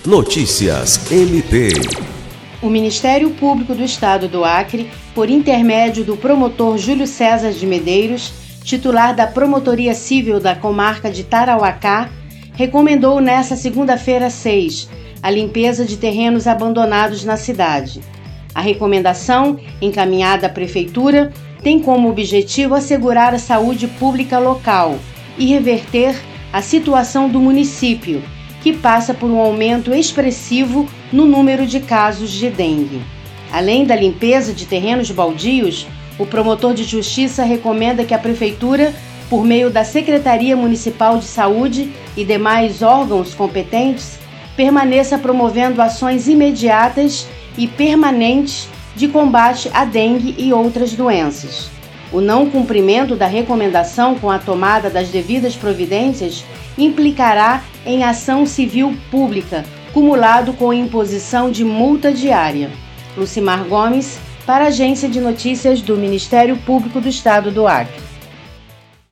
Notícias MP. O Ministério Público do Estado do Acre, por intermédio do promotor Júlio César de Medeiros, titular da Promotoria Civil da Comarca de Tarauacá, recomendou nesta segunda-feira 6 a limpeza de terrenos abandonados na cidade. A recomendação, encaminhada à Prefeitura, tem como objetivo assegurar a saúde pública local e reverter a situação do município, que passa por um aumento expressivo no número de casos de dengue. Além da limpeza de terrenos baldios, o promotor de justiça recomenda que a Prefeitura, por meio da Secretaria Municipal de Saúde e demais órgãos competentes, permaneça promovendo ações imediatas e permanentes de combate à dengue e outras doenças. O não cumprimento da recomendação com a tomada das devidas providências implicará em ação civil pública, cumulado com imposição de multa diária. Lucimar Gomes, para a Agência de Notícias do Ministério Público do Estado do Acre.